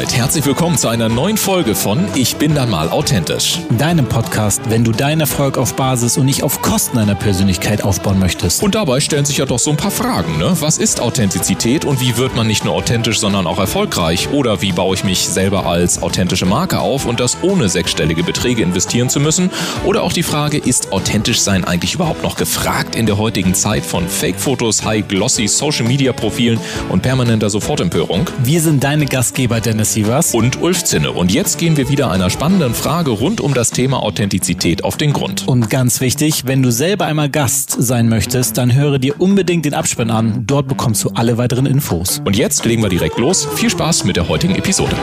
damit herzlich willkommen zu einer neuen Folge von Ich bin dann mal authentisch. Deinem Podcast, wenn du deinen Erfolg auf Basis und nicht auf Kosten deiner Persönlichkeit aufbauen möchtest. Und dabei stellen sich ja doch so ein paar Fragen, ne? Was ist Authentizität und wie wird man nicht nur authentisch, sondern auch erfolgreich? Oder wie baue ich mich selber als authentische Marke auf und das ohne sechsstellige Beträge investieren zu müssen? Oder auch die Frage, ist authentisch sein eigentlich überhaupt noch gefragt in der heutigen Zeit von Fake-Fotos, High-Glossy Social-Media-Profilen und permanenter Sofortempörung? Wir sind deine Gastgeber Dennis Sievers und Ulf Zinne. Und jetzt gehen wir wieder einer spannenden Frage rund um das Thema Authentizität auf den Grund. Und ganz wichtig, wenn du selber einmal Gast sein möchtest, dann höre dir unbedingt den Abspann an. Dort bekommst du alle weiteren Infos. Und jetzt legen wir direkt los. Viel Spaß mit der heutigen Episode.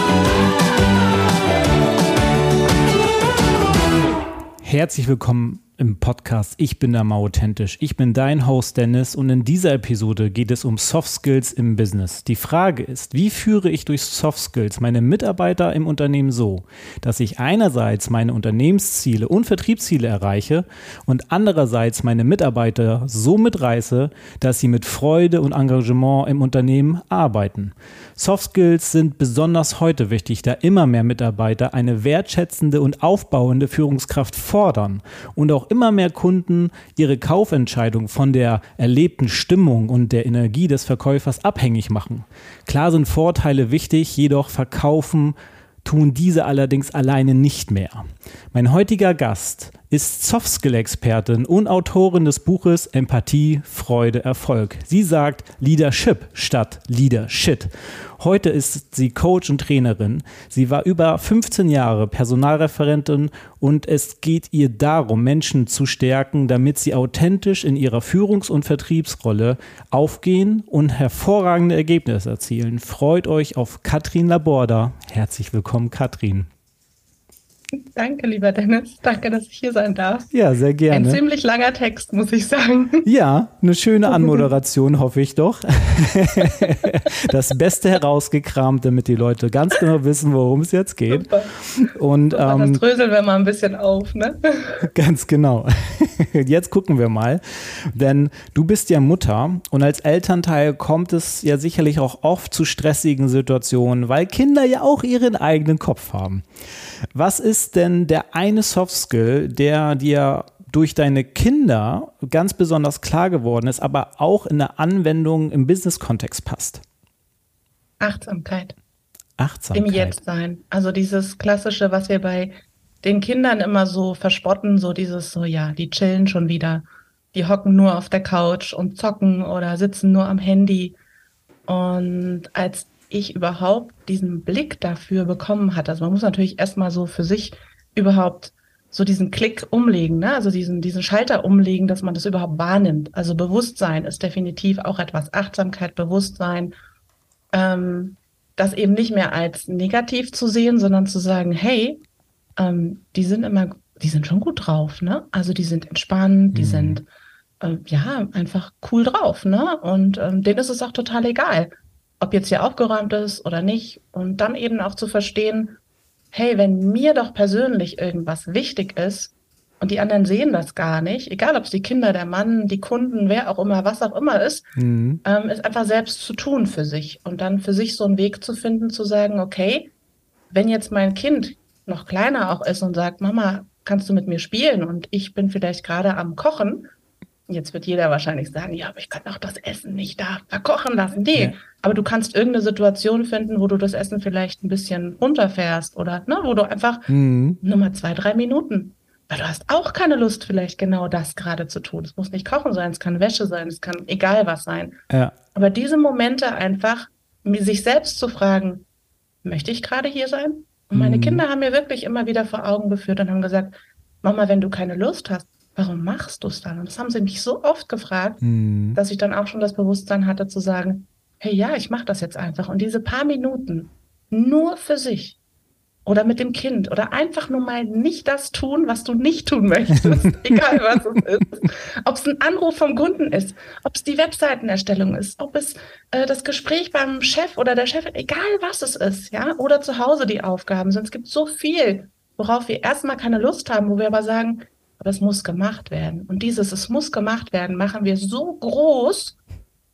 Herzlich willkommen im Podcast Ich bin da mal authentisch. Ich bin dein Host Dennis und in dieser Episode geht es um Soft Skills im Business. Die Frage ist, wie führe ich durch Soft Skills meine Mitarbeiter im Unternehmen so, dass ich einerseits meine Unternehmensziele und Vertriebsziele erreiche und andererseits meine Mitarbeiter so mitreiße, dass sie mit Freude und Engagement im Unternehmen arbeiten. Soft Skills sind besonders heute wichtig, da immer mehr Mitarbeiter eine wertschätzende und aufbauende Führungskraft fordern und auch immer mehr Kunden ihre Kaufentscheidung von der erlebten Stimmung und der Energie des Verkäufers abhängig machen. Klar sind Vorteile wichtig, jedoch verkaufen tun diese allerdings alleine nicht mehr. Mein heutiger Gast ist Soft-Skill-Expertin und Autorin des Buches Empathie, Freude, Erfolg. Sie sagt Leadership statt Leadershit. Heute ist sie Coach und Trainerin. Sie war über 15 Jahre Personalreferentin und es geht ihr darum, Menschen zu stärken, damit sie authentisch in ihrer Führungs- und Vertriebsrolle aufgehen und hervorragende Ergebnisse erzielen. Freut euch auf Katrin Laborda. Herzlich willkommen, Katrin. Danke, lieber Dennis. Danke, dass ich hier sein darf. Ja, sehr gerne. Ein ziemlich langer Text, muss ich sagen. Ja, eine schöne Anmoderation, hoffe ich doch. Das Beste herausgekramt, damit die Leute ganz genau wissen, worum es jetzt geht. Super. Und Super, das dröseln wir mal ein bisschen auf, ne? Ganz genau. Jetzt gucken wir mal, denn du bist ja Mutter und als Elternteil kommt es ja sicherlich auch oft zu stressigen Situationen, weil Kinder ja auch ihren eigenen Kopf haben. Was ist denn der eine Soft Skill, der dir durch deine Kinder ganz besonders klar geworden ist, aber auch in der Anwendung im Business-Kontext passt? Achtsamkeit. Achtsamkeit. Im Jetzt-Sein. Also dieses Klassische, was wir bei den Kindern immer so verspotten, so dieses so, ja, die chillen schon wieder, die hocken nur auf der Couch und zocken oder sitzen nur am Handy. Und als ich überhaupt diesen Blick dafür bekommen hatte, also man muss natürlich erstmal so für sich überhaupt so diesen Klick umlegen, ne? Also diesen Schalter umlegen, dass man das überhaupt wahrnimmt. Also Bewusstsein ist definitiv auch etwas. Achtsamkeit, Bewusstsein, das eben nicht mehr als negativ zu sehen, sondern zu sagen, hey, die sind schon gut drauf, ne? Also die sind entspannt, die sind einfach cool drauf, ne? Und denen ist es auch total egal, ob jetzt hier aufgeräumt ist oder nicht. Und dann eben auch zu verstehen, hey, wenn mir doch persönlich irgendwas wichtig ist und die anderen sehen das gar nicht, egal ob es die Kinder, der Mann, die Kunden, wer auch immer, was auch immer ist, ist einfach selbst zu tun für sich. Und dann für sich so einen Weg zu finden, zu sagen, okay, wenn jetzt mein Kind noch kleiner auch ist und sagt, Mama, kannst du mit mir spielen? Und ich bin vielleicht gerade am Kochen. Jetzt wird jeder wahrscheinlich sagen, ja, aber ich kann doch das Essen nicht da verkochen lassen. Nee, ja. Aber du kannst irgendeine Situation finden, wo du das Essen vielleicht ein bisschen runterfährst oder wo du einfach nur mal 2-3 Minuten, weil du hast auch keine Lust, vielleicht genau das gerade zu tun. Es muss nicht Kochen sein, es kann Wäsche sein, es kann egal was sein. Ja. Aber diese Momente einfach, sich selbst zu fragen, möchte ich gerade hier sein? Und meine Kinder haben mir wirklich immer wieder vor Augen geführt und haben gesagt, Mama, wenn du keine Lust hast, warum machst du es dann? Und das haben sie mich so oft gefragt, dass ich dann auch schon das Bewusstsein hatte zu sagen, hey, ja, ich mache das jetzt einfach. Und diese paar Minuten nur für sich oder mit dem Kind oder einfach nur mal nicht das tun, was du nicht tun möchtest, egal was es ist. Ob es ein Anruf vom Kunden ist, ob es die Webseitenerstellung ist, ob es das Gespräch beim Chef oder der Chefin, egal was es ist, ja, oder zu Hause die Aufgaben sind. Es gibt so viel, worauf wir erstmal keine Lust haben, wo wir aber sagen, aber es muss gemacht werden. Und dieses, es muss gemacht werden, machen wir so groß,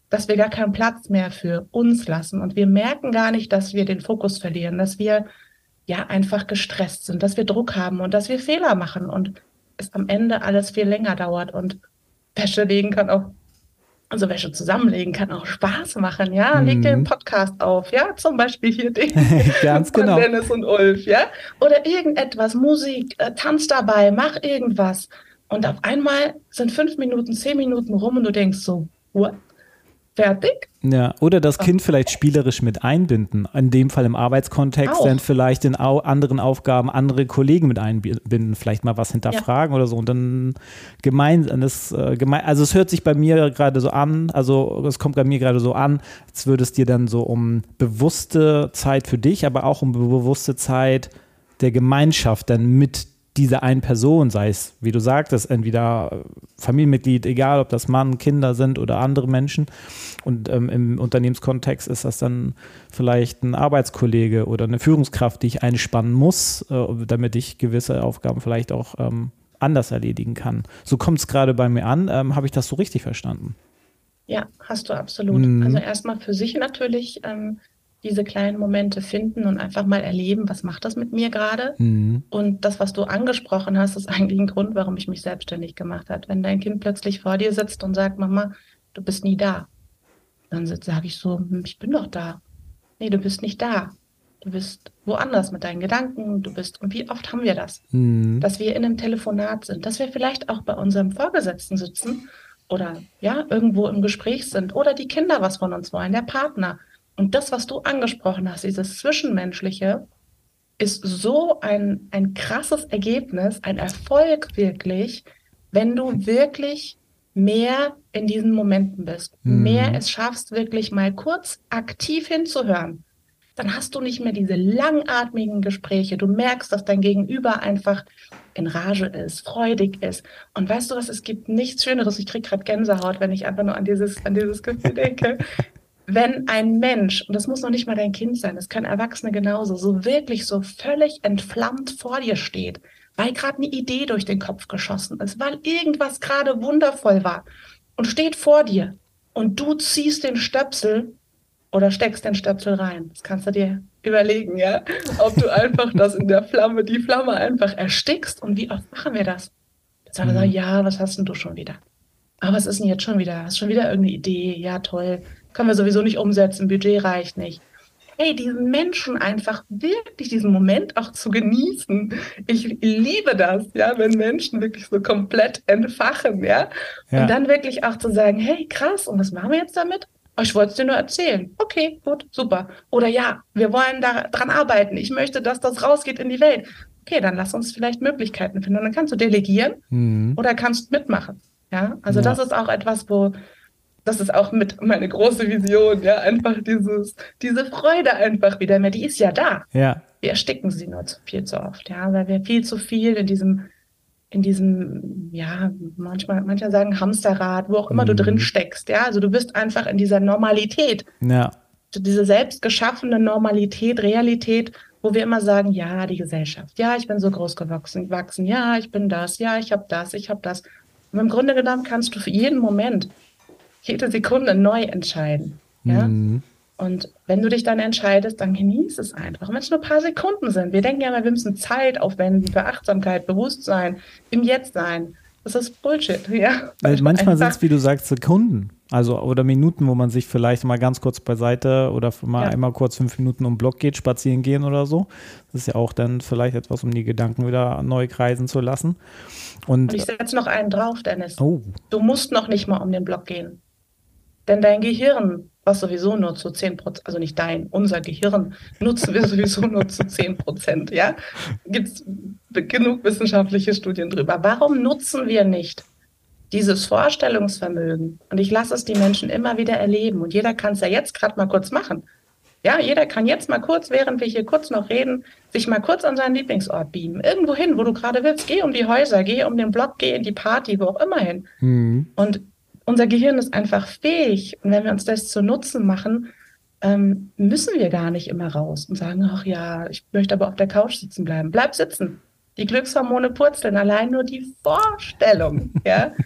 dass wir gar keinen Platz mehr für uns lassen und wir merken gar nicht, dass wir den Fokus verlieren, dass wir ja einfach gestresst sind, dass wir Druck haben und dass wir Fehler machen und es am Ende alles viel länger dauert und Wäsche legen kann auch, also Wäsche zusammenlegen kann auch Spaß machen, ja, leg dir einen Podcast auf, ja, zum Beispiel hier den Ganz von genau. Dennis und Ulf, ja, oder irgendetwas, Musik, tanz dabei, mach irgendwas und auf einmal sind 5 Minuten, 10 Minuten rum und du denkst so, what? Fertig? Ja, oder das Kind vielleicht spielerisch mit einbinden, in dem Fall im Arbeitskontext, Auch. dann vielleicht in anderen Aufgaben andere Kollegen mit einbinden, vielleicht mal was hinterfragen oder so und dann also es hört sich bei mir gerade so an, also es kommt bei mir gerade so an, als würde es dir dann so um bewusste Zeit für dich, aber auch um bewusste Zeit der Gemeinschaft dann mit dieser einen Person, sei es, wie du sagtest, entweder Familienmitglied, egal ob das Mann, Kinder sind oder andere Menschen. Und im Unternehmenskontext ist das dann vielleicht ein Arbeitskollege oder eine Führungskraft, die ich einspannen muss, damit ich gewisse Aufgaben vielleicht auch anders erledigen kann. So kommt es gerade bei mir an. Habe ich das so richtig verstanden? Ja, hast du absolut. Also erstmal für sich natürlich diese kleinen Momente finden und einfach mal erleben, was macht das mit mir gerade? Und das, was du angesprochen hast, ist eigentlich ein Grund, warum ich mich selbstständig gemacht habe. Wenn dein Kind plötzlich vor dir sitzt und sagt, Mama, du bist nie da, dann sage ich so, ich bin doch da. Nee, du bist nicht da. Du bist woanders mit deinen Gedanken. Du bist, und wie oft haben wir das? Dass wir in einem Telefonat sind, dass wir vielleicht auch bei unserem Vorgesetzten sitzen oder ja, irgendwo im Gespräch sind oder die Kinder was von uns wollen, der Partner. Und das, was du angesprochen hast, dieses Zwischenmenschliche, ist so ein krasses Ergebnis, ein Erfolg wirklich, wenn du wirklich mehr in diesen Momenten bist, mehr es schaffst, wirklich mal kurz aktiv hinzuhören. Dann hast du nicht mehr diese langatmigen Gespräche. Du merkst, dass dein Gegenüber einfach in Rage ist, freudig ist. Und weißt du was, es gibt nichts Schöneres. Ich kriege gerade Gänsehaut, wenn ich einfach nur an dieses Gefühl denke. Wenn ein Mensch, und das muss noch nicht mal dein Kind sein, das können Erwachsene genauso, so wirklich so völlig entflammt vor dir steht, weil gerade eine Idee durch den Kopf geschossen ist, weil irgendwas gerade wundervoll war und steht vor dir und du ziehst den Stöpsel oder steckst den Stöpsel rein. Das kannst du dir überlegen, ja, ob du einfach das in der Flamme, die Flamme einfach erstickst. Und wie oft machen wir das? Jetzt sagen wir so, ja, was hast denn du schon wieder? Aber was ist denn jetzt schon wieder? Hast schon wieder irgendeine Idee? Ja, toll. Können wir sowieso nicht umsetzen, Budget reicht nicht. Hey, diesen Menschen einfach wirklich diesen Moment auch zu genießen. Ich liebe das, ja, wenn Menschen wirklich so komplett entfachen, ja. Und dann wirklich auch zu sagen, hey, krass, und was machen wir jetzt damit? Oh, ich wollte es dir nur erzählen. Okay, gut, super. Oder ja, wir wollen daran arbeiten. Ich möchte, dass das rausgeht in die Welt. Okay, dann lass uns vielleicht Möglichkeiten finden. Und dann kannst du delegieren oder kannst mitmachen. Ja, also das ist auch etwas, das ist auch mit meine große Vision, ja, einfach diese Freude einfach wieder mehr, die ist ja da. Ja. Wir ersticken sie nur viel zu oft, ja, weil wir viel zu viel in diesem, ja, manche sagen Hamsterrad, wo auch immer du drin steckst, ja, also du bist einfach in dieser Normalität. Ja. Diese selbst geschaffene Normalität, Realität, wo wir immer sagen, ja, die Gesellschaft, ja, ich bin so groß gewachsen, ja, ich bin das, ja, ich habe das. Und im Grunde genommen kannst du für jeden Moment, jede Sekunde neu entscheiden. Ja? Und wenn du dich dann entscheidest, dann genieß es einfach. Wenn es nur ein paar Sekunden sind. Wir denken ja immer, wir müssen Zeit aufwenden für Achtsamkeit, Bewusstsein, im Jetzt sein. Das ist Bullshit. Ja? Weil manchmal sind es, wie du sagst, Sekunden. Also oder Minuten, wo man sich vielleicht mal ganz kurz beiseite oder mal einmal kurz 5 Minuten um den Block geht, spazieren gehen oder so. Das ist ja auch dann vielleicht etwas, um die Gedanken wieder neu kreisen zu lassen. Und ich setze noch einen drauf, Dennis. Oh. Du musst noch nicht mal um den Block gehen. Denn dein Gehirn, was sowieso nur zu 10%, also nicht unser Gehirn nutzen wir sowieso nur zu 10%, ja? Gibt es genug wissenschaftliche Studien drüber. Warum nutzen wir nicht dieses Vorstellungsvermögen? Und ich lasse es die Menschen immer wieder erleben. Und jeder kann es ja jetzt gerade mal kurz machen. Ja, jeder kann jetzt mal kurz, während wir hier kurz noch reden, sich mal kurz an seinen Lieblingsort beamen. Irgendwo hin, wo du gerade willst. Geh um die Häuser, geh um den Block, geh in die Party, wo auch immer hin. Und unser Gehirn ist einfach fähig. Und wenn wir uns das zu Nutzen machen, müssen wir gar nicht immer raus und sagen, ach ja, ich möchte aber auf der Couch sitzen bleiben. Bleib sitzen. Die Glückshormone purzeln, allein nur die Vorstellung, ja,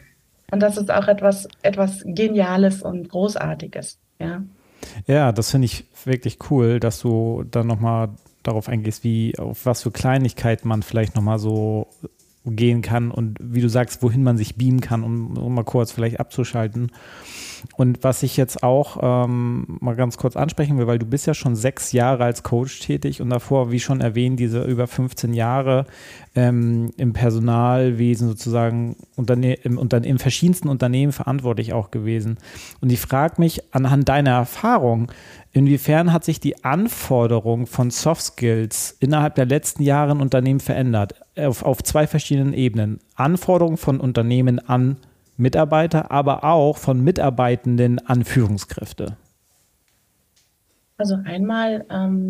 Und das ist auch etwas Geniales und Großartiges, ja. Ja, das finde ich wirklich cool, dass du dann nochmal darauf eingehst, auf was für Kleinigkeiten man vielleicht nochmal so gehen kann und wie du sagst, wohin man sich beamen kann, um mal kurz vielleicht abzuschalten. Und was ich jetzt auch mal ganz kurz ansprechen will, weil du bist ja schon 6 Jahre als Coach tätig und davor, wie schon erwähnt, diese über 15 Jahre im Personalwesen sozusagen im verschiedensten Unternehmen verantwortlich auch gewesen. Und ich frage mich anhand deiner Erfahrung, inwiefern hat sich die Anforderung von Soft Skills innerhalb der letzten Jahre in Unternehmen verändert? Auf 2 verschiedenen Ebenen. Anforderungen von Unternehmen an Mitarbeiter, aber auch von Mitarbeitenden an Führungskräfte. Also einmal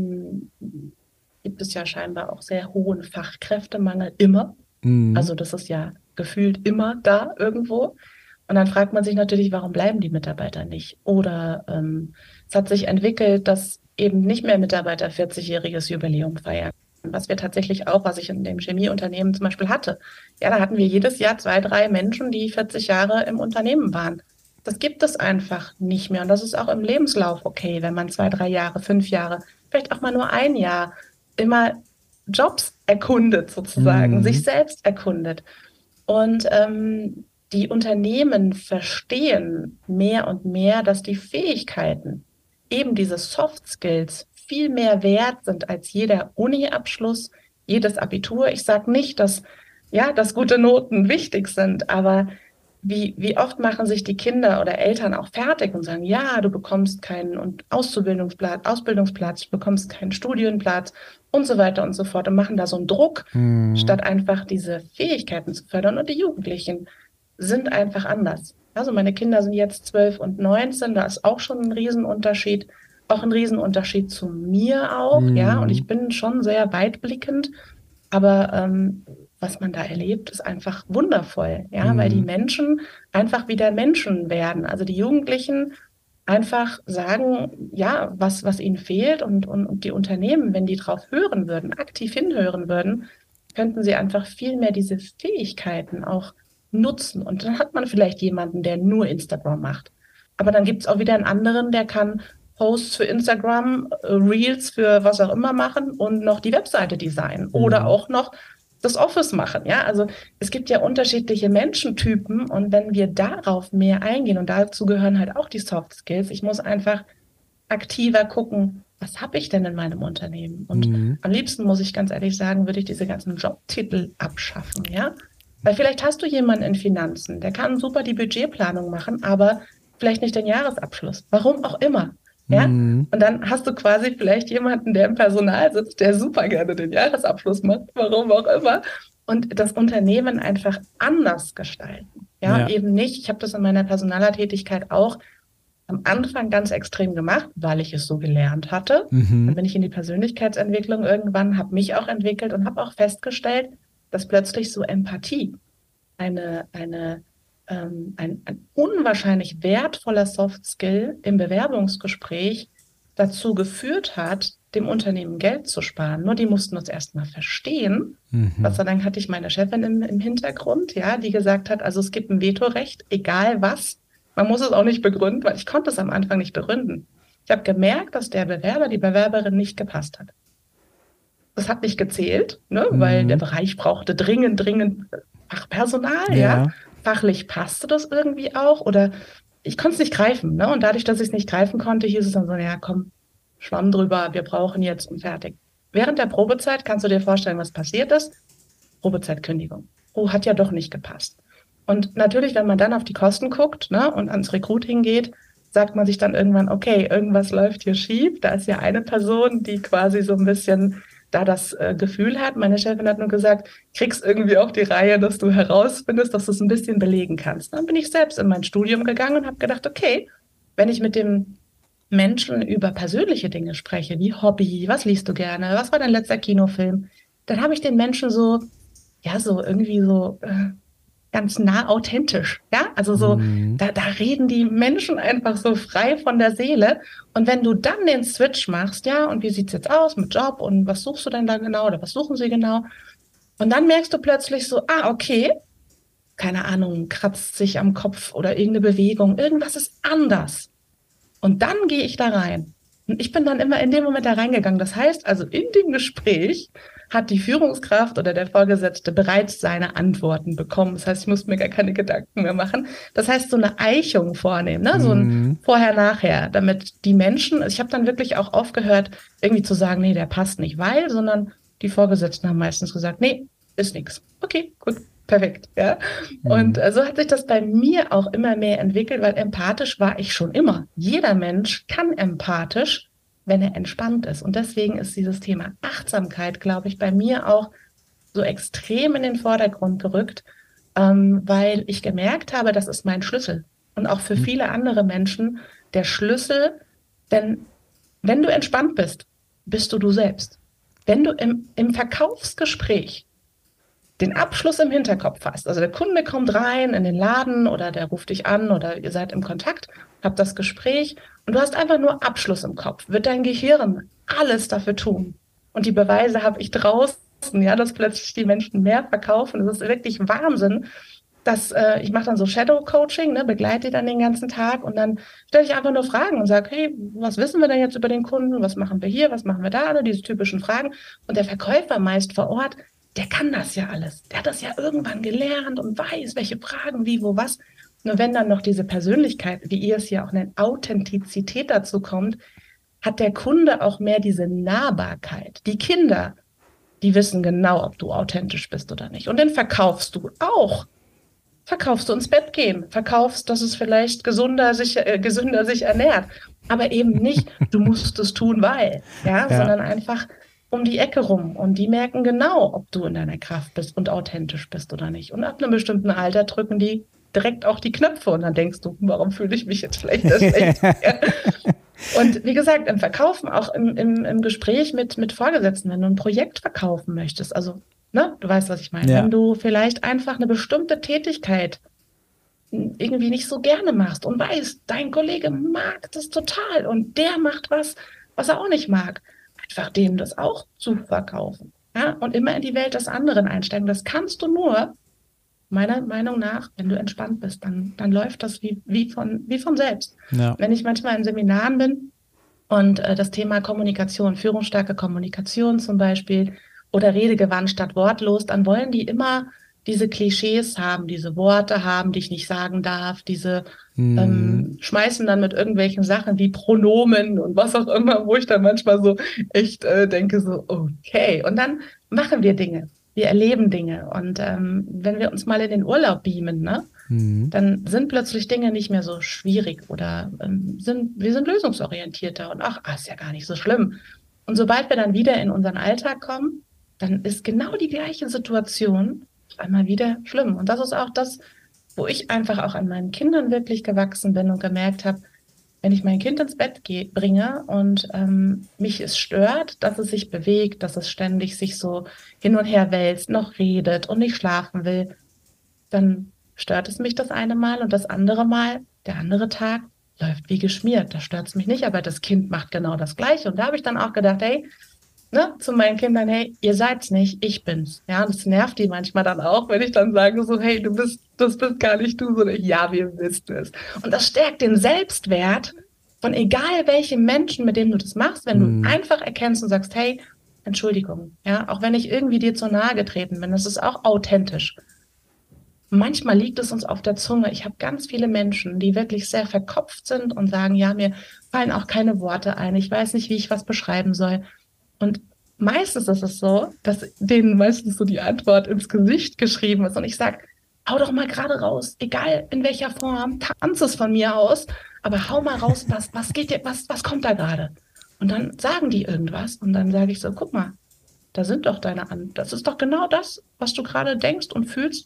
gibt es ja scheinbar auch sehr hohen Fachkräftemangel immer. Also das ist ja gefühlt immer da irgendwo. Und dann fragt man sich natürlich, warum bleiben die Mitarbeiter nicht? Oder es hat sich entwickelt, dass eben nicht mehr Mitarbeiter 40-jähriges Jubiläum feiern. Was wir tatsächlich auch, was ich in dem Chemieunternehmen zum Beispiel hatte. Ja, da hatten wir jedes Jahr 2, 3 Menschen, die 40 Jahre im Unternehmen waren. Das gibt es einfach nicht mehr. Und das ist auch im Lebenslauf okay, wenn man 2, 3 Jahre, 5 Jahre, vielleicht auch mal nur ein Jahr immer Jobs erkundet sozusagen, sich selbst erkundet. Und die Unternehmen verstehen mehr und mehr, dass die Fähigkeiten, eben diese Soft Skills, viel mehr wert sind als jeder Uni-Abschluss, jedes Abitur. Ich sage nicht, dass gute Noten wichtig sind, aber wie oft machen sich die Kinder oder Eltern auch fertig und sagen, ja, du bekommst keinen Ausbildungsplatz, du bekommst keinen Studienplatz und so weiter und so fort und machen da so einen Druck, statt einfach diese Fähigkeiten zu fördern. Und die Jugendlichen sind einfach anders. Also meine Kinder sind jetzt 12 und 19, da ist auch schon ein Riesenunterschied. Auch ein Riesenunterschied zu mir auch, ja, und ich bin schon sehr weitblickend, aber was man da erlebt, ist einfach wundervoll, ja, weil die Menschen einfach wieder Menschen werden, also die Jugendlichen einfach sagen, ja, was ihnen fehlt und die Unternehmen, wenn die drauf hören würden, aktiv hinhören würden, könnten sie einfach viel mehr diese Fähigkeiten auch nutzen und dann hat man vielleicht jemanden, der nur Instagram macht, aber dann gibt es auch wieder einen anderen, der kann Posts für Instagram, Reels für was auch immer machen und noch die Webseite designen oder auch noch das Office machen. Ja, also es gibt ja unterschiedliche Menschentypen und wenn wir darauf mehr eingehen und dazu gehören halt auch die Soft Skills, ich muss einfach aktiver gucken, was habe ich denn in meinem Unternehmen? Und am liebsten, muss ich ganz ehrlich sagen, würde ich diese ganzen Jobtitel abschaffen, ja? Weil vielleicht hast du jemanden in Finanzen, der kann super die Budgetplanung machen, aber vielleicht nicht den Jahresabschluss. Warum auch immer. Ja? Und dann hast du quasi vielleicht jemanden, der im Personal sitzt, der super gerne den Jahresabschluss macht, warum auch immer, und das Unternehmen einfach anders gestalten. Ja, eben nicht. Ich habe das in meiner Personalertätigkeit auch am Anfang ganz extrem gemacht, weil ich es so gelernt hatte. Dann bin ich in die Persönlichkeitsentwicklung irgendwann, habe mich auch entwickelt und habe auch festgestellt, dass plötzlich so Empathie ein unwahrscheinlich wertvoller Soft Skill im Bewerbungsgespräch dazu geführt hat, dem Unternehmen Geld zu sparen. Nur die mussten uns erstmal verstehen. Gott sei Dank hatte ich meine Chefin im Hintergrund, ja, die gesagt hat, also es gibt ein Vetorecht, egal was. Man muss es auch nicht begründen, weil ich konnte es am Anfang nicht begründen. Ich habe gemerkt, dass der Bewerber, die Bewerberin nicht gepasst hat. Das hat nicht gezählt, ne, weil der Bereich brauchte dringend Fachpersonal, ja. Fachlich passte das irgendwie auch oder ich konnte es nicht greifen, ne? Und dadurch, dass ich es nicht greifen konnte, hieß es dann so, ja komm, Schwamm drüber, wir brauchen jetzt und fertig. Während der Probezeit kannst du dir vorstellen, was passiert ist. Probezeitkündigung. Oh, hat ja doch nicht gepasst. Und natürlich, wenn man dann auf die Kosten guckt, ne, und ans Recruiting geht, sagt man sich dann irgendwann, okay, irgendwas läuft hier schief. Da ist ja eine Person, die quasi so ein bisschen da das Gefühl hat. Meine Chefin hat nur gesagt, kriegst irgendwie auch die Reihe, dass du herausfindest, dass du es ein bisschen belegen kannst. Dann bin ich selbst in mein Studium gegangen und habe gedacht, okay, wenn ich mit dem Menschen über persönliche Dinge spreche, wie Hobby, was liest du gerne, was war dein letzter Kinofilm, dann habe ich den Menschen so irgendwie so ganz nah authentisch, ja, also so, da reden die Menschen einfach so frei von der Seele und wenn du dann den Switch machst, ja, und wie sieht's jetzt aus mit Job und was suchst du denn da genau oder was suchen sie genau und dann merkst du plötzlich so, okay, keine Ahnung, kratzt sich am Kopf oder irgendeine Bewegung, irgendwas ist anders. Und dann gehe ich da rein. Und ich bin dann immer in dem Moment da reingegangen. Das heißt also, in dem Gespräch hat die Führungskraft oder der Vorgesetzte bereits seine Antworten bekommen. Das heißt, ich muss mir gar keine Gedanken mehr machen. Das heißt, so eine Eichung vornehmen, ne? So ein Vorher-Nachher, damit die Menschen, also ich habe dann wirklich auch aufgehört, irgendwie zu sagen, nee, der passt nicht, sondern die Vorgesetzten haben meistens gesagt, nee, ist nichts. Okay, gut, perfekt. Ja? Und so hat sich das bei mir auch immer mehr entwickelt, weil empathisch war ich schon immer. Jeder Mensch kann empathisch, wenn er entspannt ist. Und deswegen ist dieses Thema Achtsamkeit, glaube ich, bei mir auch so extrem in den Vordergrund gerückt, weil ich gemerkt habe, das ist mein Schlüssel. Und auch für viele andere Menschen der Schlüssel, denn wenn du entspannt bist, bist du selbst. Wenn du im Verkaufsgespräch den Abschluss im Hinterkopf hast, also der Kunde kommt rein in den Laden oder der ruft dich an oder ihr seid im Kontakt, habt das Gespräch und du hast einfach nur Abschluss im Kopf, wird dein Gehirn alles dafür tun. Und die Beweise habe ich draußen, ja, dass plötzlich die Menschen mehr verkaufen. Das ist wirklich Wahnsinn. Ich mache dann so Shadow-Coaching, ne, begleite die dann den ganzen Tag und dann stelle ich einfach nur Fragen und sage, hey, was wissen wir denn jetzt über den Kunden? Was machen wir hier? Was machen wir da? Ne, diese typischen Fragen. Und der Verkäufer meist vor Ort, der kann das ja alles. Der hat das ja irgendwann gelernt und weiß, welche Fragen, wie, wo, was. Nur wenn dann noch diese Persönlichkeit, wie ihr es ja auch nennt, Authentizität dazu kommt, hat der Kunde auch mehr diese Nahbarkeit. Die Kinder, die wissen genau, ob du authentisch bist oder nicht. Und dann verkaufst du auch. Verkaufst du ins Bett gehen. Verkaufst, dass es vielleicht gesünder sich ernährt. Aber eben nicht, du musst es tun, weil. Ja, sondern einfach um die Ecke rum und die merken genau, ob du in deiner Kraft bist und authentisch bist oder nicht. Und ab einem bestimmten Alter drücken die direkt auch die Knöpfe und dann denkst du, warum fühle ich mich jetzt schlecht? Und wie gesagt, im Verkaufen, auch im Gespräch mit Vorgesetzten, wenn du ein Projekt verkaufen möchtest, also ne, du weißt, was ich meine, wenn du vielleicht einfach eine bestimmte Tätigkeit irgendwie nicht so gerne machst und weißt, dein Kollege mag das total und der macht was er auch nicht mag, einfach dem das auch zu verkaufen. Ja? Und immer in die Welt des anderen einsteigen. Das kannst du nur, meiner Meinung nach, wenn du entspannt bist, dann läuft das wie von selbst. Ja. Wenn ich manchmal in Seminaren bin und das Thema Kommunikation, führungsstarke Kommunikation zum Beispiel oder redegewandt statt wortlos, dann wollen die immer diese Klischees haben, diese Worte haben, die ich nicht sagen darf, diese schmeißen dann mit irgendwelchen Sachen wie Pronomen und was auch immer, wo ich dann manchmal so echt denke so, okay. Und dann machen wir Dinge, wir erleben Dinge. Und wenn wir uns mal in den Urlaub beamen, ne, dann sind plötzlich Dinge nicht mehr so schwierig oder wir sind lösungsorientierter und ist ja gar nicht so schlimm. Und sobald wir dann wieder in unseren Alltag kommen, dann ist genau die gleiche Situation einmal wieder schlimm. Und das ist auch das, wo ich einfach auch an meinen Kindern wirklich gewachsen bin und gemerkt habe, wenn ich mein Kind ins Bett bringe und mich es stört, dass es sich bewegt, dass es ständig sich so hin und her wälzt, noch redet und nicht schlafen will, dann stört es mich das eine Mal und das andere Mal, der andere Tag, läuft wie geschmiert. Da stört es mich nicht, aber das Kind macht genau das Gleiche. Und da habe ich dann auch gedacht, hey, ne, zu meinen Kindern, hey, ihr seid's nicht, ich bin's. Ja, und das nervt die manchmal dann auch, wenn ich dann sage so, hey, das bist gar nicht du, sondern ja, wir wissen es. Und das stärkt den Selbstwert von egal welchem Menschen, mit dem du das machst, wenn du einfach erkennst und sagst, hey, Entschuldigung, ja, auch wenn ich irgendwie dir zu nahe getreten bin, das ist auch authentisch. Manchmal liegt es uns auf der Zunge. Ich habe ganz viele Menschen, die wirklich sehr verkopft sind und sagen, ja, mir fallen auch keine Worte ein, ich weiß nicht, wie ich was beschreiben soll. Und meistens ist es so, dass denen meistens so die Antwort ins Gesicht geschrieben ist. Und ich sage, hau doch mal gerade raus, egal in welcher Form, tanz es von mir aus, aber hau mal raus, was kommt da gerade? Und dann sagen die irgendwas und dann sage ich so, guck mal, da sind doch das ist doch genau das, was du gerade denkst und fühlst.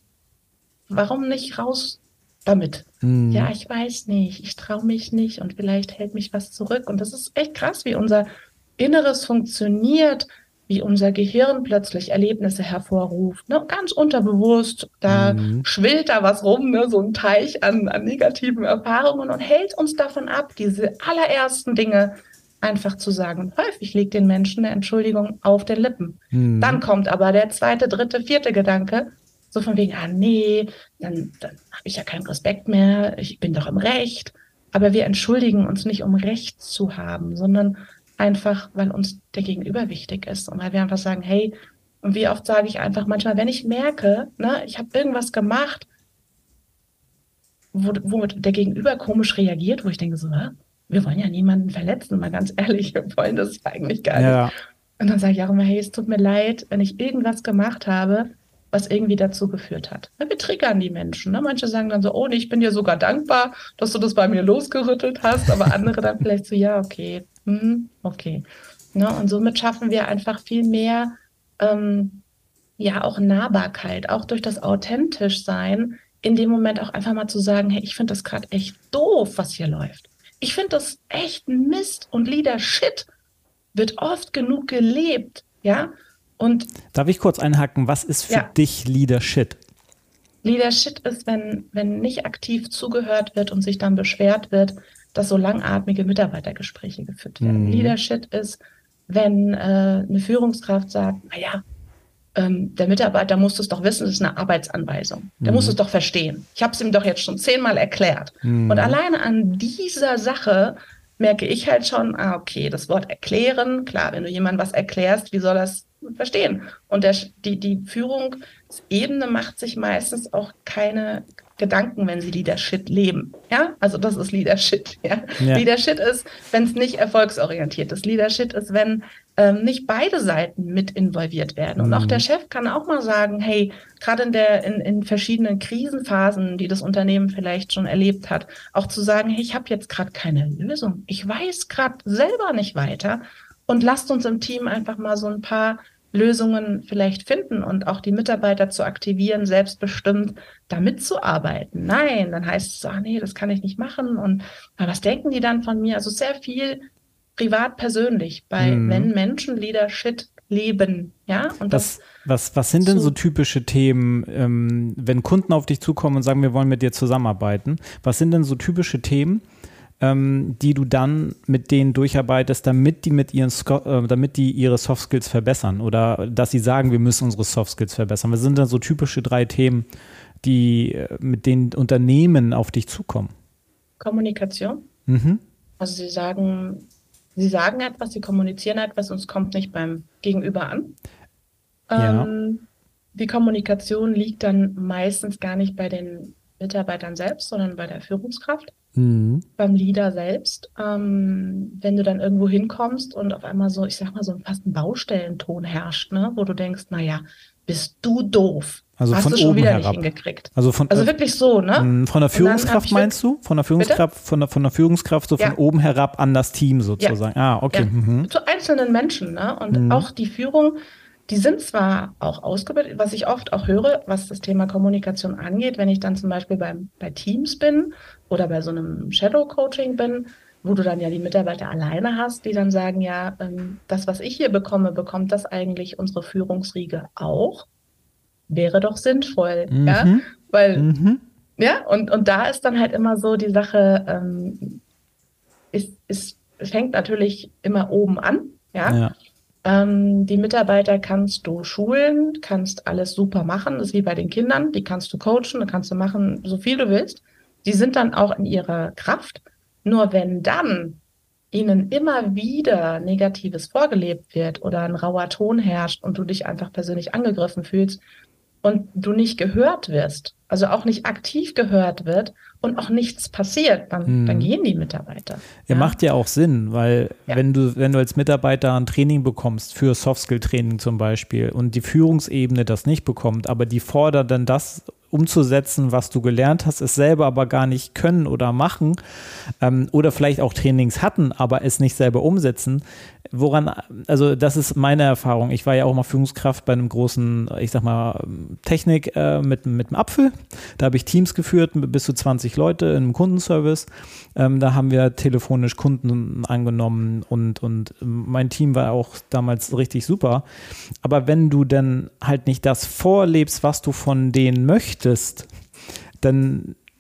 Warum nicht raus damit? Ja, ich weiß nicht, ich traue mich nicht und vielleicht hält mich was zurück. Und das ist echt krass, wie unser Inneres funktioniert, wie unser Gehirn plötzlich Erlebnisse hervorruft, ne? Ganz unterbewusst, da schwillt da was rum, ne? So ein Teich an negativen Erfahrungen und hält uns davon ab, diese allerersten Dinge einfach zu sagen. Und häufig liegt den Menschen eine Entschuldigung auf den Lippen. Dann kommt aber der zweite, dritte, vierte Gedanke, so von wegen, nee, dann habe ich ja keinen Respekt mehr, ich bin doch im Recht. Aber wir entschuldigen uns nicht, um Recht zu haben, sondern einfach, weil uns der Gegenüber wichtig ist und weil wir einfach sagen, hey, und wie oft sage ich einfach manchmal, wenn ich merke, ne, ich habe irgendwas gemacht, wo der Gegenüber komisch reagiert, wo ich denke so, wir wollen ja niemanden verletzen, mal ganz ehrlich, wir wollen das eigentlich gar nicht. Ja. Und dann sage ich auch immer, hey, es tut mir leid, wenn ich irgendwas gemacht habe, was irgendwie dazu geführt hat. Wir triggern die Menschen. Ne? Manche sagen dann so, oh, ich bin dir sogar dankbar, dass du das bei mir losgerüttelt hast, aber andere dann vielleicht so, ja, okay, okay. Ne? Und somit schaffen wir einfach viel mehr, auch Nahbarkeit, auch durch das authentisch sein, in dem Moment auch einfach mal zu sagen, hey, ich finde das gerade echt doof, was hier läuft. Ich finde das echt Mist und Leadership wird oft genug gelebt, ja. Und darf ich kurz einhaken, was ist für dich Leadership? Leadership ist, wenn nicht aktiv zugehört wird und sich dann beschwert wird, dass so langatmige Mitarbeitergespräche geführt werden. Leadership ist, wenn eine Führungskraft sagt, der Mitarbeiter muss es doch wissen, das ist eine Arbeitsanweisung. Der muss es doch verstehen. Ich habe es ihm doch jetzt schon 10-mal erklärt. Und alleine an dieser Sache merke ich halt schon, okay, das Wort erklären, klar, wenn du jemandem was erklärst, wie soll das verstehen? Und die Führungsebene macht sich meistens auch keine Gedanken, wenn sie Leadership leben. Ja, also das ist Leadership. Ja? Leadership ist, wenn es nicht erfolgsorientiert ist. Leadership ist, wenn nicht beide Seiten mit involviert werden. Und auch der Chef kann auch mal sagen, hey, gerade in verschiedenen Krisenphasen, die das Unternehmen vielleicht schon erlebt hat, auch zu sagen, hey, ich habe jetzt gerade keine Lösung. Ich weiß gerade selber nicht weiter. Und lasst uns im Team einfach mal so ein paar Lösungen vielleicht finden und auch die Mitarbeiter zu aktivieren, selbstbestimmt da mitzuarbeiten. Nein, dann heißt es, nee, das kann ich nicht machen. Und was denken die dann von mir? Also sehr viel privat, persönlich, wenn Menschen Leadership leben. Ja? Und was sind denn so typische Themen, wenn Kunden auf dich zukommen und sagen, wir wollen mit dir zusammenarbeiten? Was sind denn so typische Themen, die du dann mit denen durcharbeitest, damit die ihre Soft Skills verbessern oder dass sie sagen, wir müssen unsere Soft Skills verbessern? Was sind dann so typische 3 Themen, mit denen Unternehmen auf dich zukommen? Kommunikation. Also sie sagen etwas, sie kommunizieren etwas und es kommt nicht beim Gegenüber an. Die Kommunikation liegt dann meistens gar nicht bei den Mitarbeitern selbst, sondern bei der Führungskraft. Beim Leader selbst, wenn du dann irgendwo hinkommst und auf einmal so, ich sag mal, so fast ein Baustellenton herrscht, ne, wo du denkst, bist du doof. Also hast von du schon oben wieder herab. Nicht hingekriegt. Also wirklich so, ne? Von der Führungskraft meinst du? Von der Führungskraft, von der Führungskraft so von oben herab an das Team sozusagen. Ja. Okay. Ja. Zu einzelnen Menschen, ne? Und auch die Führung, die sind zwar auch ausgebildet, was ich oft auch höre, was das Thema Kommunikation angeht, wenn ich dann zum Beispiel bei Teams bin oder bei so einem Shadow-Coaching bin, wo du dann ja die Mitarbeiter alleine hast, die dann sagen, das, was ich hier bekomme, bekommt das eigentlich unsere Führungsriege auch? Wäre doch sinnvoll, ja? Weil, und da ist dann halt immer so die Sache, es fängt natürlich immer oben an, ja. Die Mitarbeiter kannst du schulen, kannst alles super machen. Das ist wie bei den Kindern, die kannst du coachen, da kannst du machen, so viel du willst. Die sind dann auch in ihrer Kraft. Nur wenn dann ihnen immer wieder Negatives vorgelebt wird oder ein rauer Ton herrscht und du dich einfach persönlich angegriffen fühlst und du nicht gehört wirst, also auch nicht aktiv gehört wird und auch nichts passiert, dann gehen die Mitarbeiter. Ja, macht ja auch Sinn, weil wenn du als Mitarbeiter ein Training bekommst, für Soft-Skill-Training zum Beispiel, und die Führungsebene das nicht bekommt, aber die fordert dann das umzusetzen, was du gelernt hast, es selber aber gar nicht können oder machen oder vielleicht auch Trainings hatten, aber es nicht selber umsetzen. Also das ist meine Erfahrung. Ich war ja auch mal Führungskraft bei einem großen, ich sag mal, Technik mit einem Apfel. Da habe ich Teams geführt mit bis zu 20 Leute in einem Kundenservice. Da haben wir telefonisch Kunden angenommen und mein Team war auch damals richtig super. Aber wenn du dann halt nicht das vorlebst, was du von denen möchtest, dann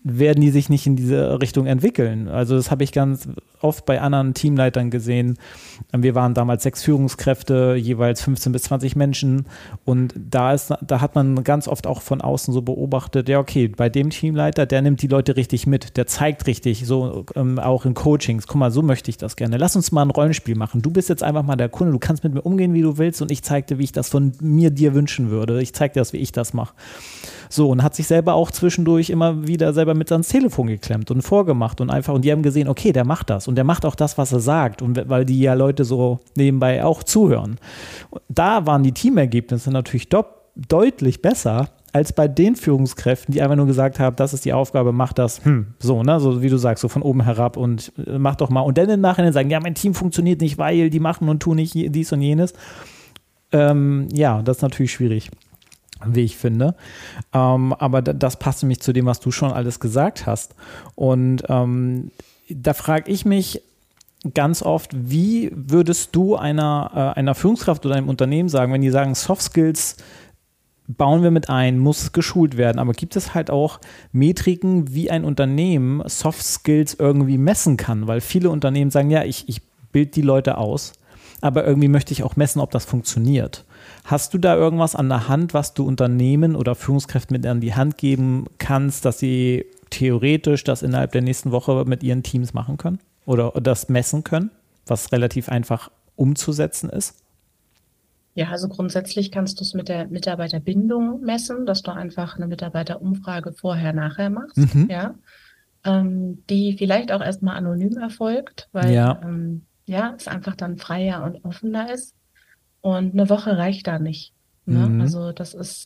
werden die sich nicht in diese Richtung entwickeln. Also das habe ich ganz oft bei anderen Teamleitern gesehen. Wir waren damals 6 Führungskräfte, jeweils 15 bis 20 Menschen und da hat man ganz oft auch von außen so beobachtet, ja okay, bei dem Teamleiter, der nimmt die Leute richtig mit, der zeigt richtig, so auch in Coachings, guck mal, so möchte ich das gerne. Lass uns mal ein Rollenspiel machen. Du bist jetzt einfach mal der Kunde, du kannst mit mir umgehen, wie du willst und ich zeige dir, wie ich das von mir dir wünschen würde. Ich zeige dir das, wie ich das mache. So, und hat sich selber auch zwischendurch immer wieder selber mit ans Telefon geklemmt und vorgemacht und die haben gesehen, okay, der macht das und der macht auch das, was er sagt und weil die ja Leute so nebenbei auch zuhören. Da waren die Teamergebnisse natürlich deutlich besser als bei den Führungskräften, die einfach nur gesagt haben, das ist die Aufgabe, mach das, so, ne, so wie du sagst, so von oben herab und mach doch mal und dann im Nachhinein sagen, ja, mein Team funktioniert nicht, weil die machen und tun nicht dies und jenes. Ja, das ist natürlich schwierig, wie ich finde. Aber das passt nämlich zu dem, was du schon alles gesagt hast. Und da frage ich mich ganz oft, wie würdest du einer Führungskraft oder einem Unternehmen sagen, wenn die sagen, Soft Skills bauen wir mit ein, muss geschult werden, aber gibt es halt auch Metriken, wie ein Unternehmen Soft Skills irgendwie messen kann? Weil viele Unternehmen sagen, ja, ich bilde die Leute aus, aber irgendwie möchte ich auch messen, ob das funktioniert. Hast du da irgendwas an der Hand, was du Unternehmen oder Führungskräften mit an die Hand geben kannst, dass sie theoretisch das innerhalb der nächsten Woche mit ihren Teams machen können oder das messen können, was relativ einfach umzusetzen ist? Ja, also grundsätzlich kannst du es mit der Mitarbeiterbindung messen, dass du einfach eine Mitarbeiterumfrage vorher-nachher machst, ja, die vielleicht auch erstmal anonym erfolgt, weil es einfach dann freier und offener ist. Und eine Woche reicht da nicht. Ne? Also das ist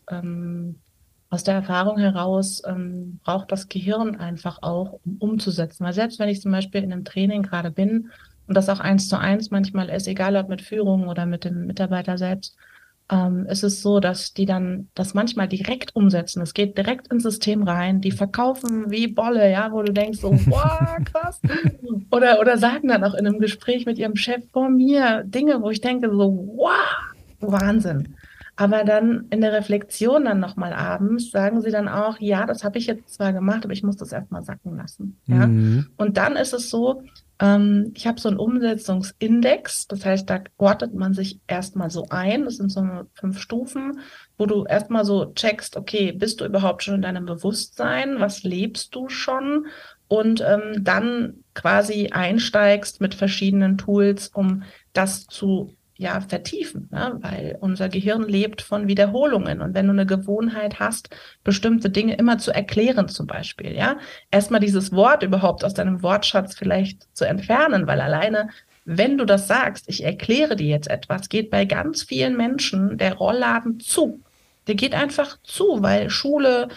aus der Erfahrung heraus braucht das Gehirn einfach auch, um umzusetzen. Weil selbst wenn ich zum Beispiel in einem Training gerade bin und das auch 1:1 manchmal ist, egal ob mit Führung oder mit dem Mitarbeiter selbst, ist es so, dass die dann das manchmal direkt umsetzen. Es geht direkt ins System rein. Die verkaufen wie Bolle, ja, wo du denkst so, wow, krass. Oder sagen dann auch in einem Gespräch mit ihrem Chef vor mir Dinge, wo ich denke so, wow, Wahnsinn. Aber dann in der Reflexion dann nochmal abends sagen sie dann auch, ja, das habe ich jetzt zwar gemacht, aber ich muss das erstmal sacken lassen. Ja? Und dann ist es so, ich habe so einen Umsetzungsindex, das heißt, da ordnet man sich erstmal so ein, das sind so 5 Stufen, wo du erstmal so checkst, okay, bist du überhaupt schon in deinem Bewusstsein, was lebst du schon? Und dann quasi einsteigst mit verschiedenen Tools, um das zu vertiefen, ne? Weil unser Gehirn lebt von Wiederholungen. Und wenn du eine Gewohnheit hast, bestimmte Dinge immer zu erklären zum Beispiel, ja, erstmal dieses Wort überhaupt aus deinem Wortschatz vielleicht zu entfernen, weil alleine, wenn du das sagst, ich erkläre dir jetzt etwas, geht bei ganz vielen Menschen der Rollladen zu. Der geht einfach zu, weil Schule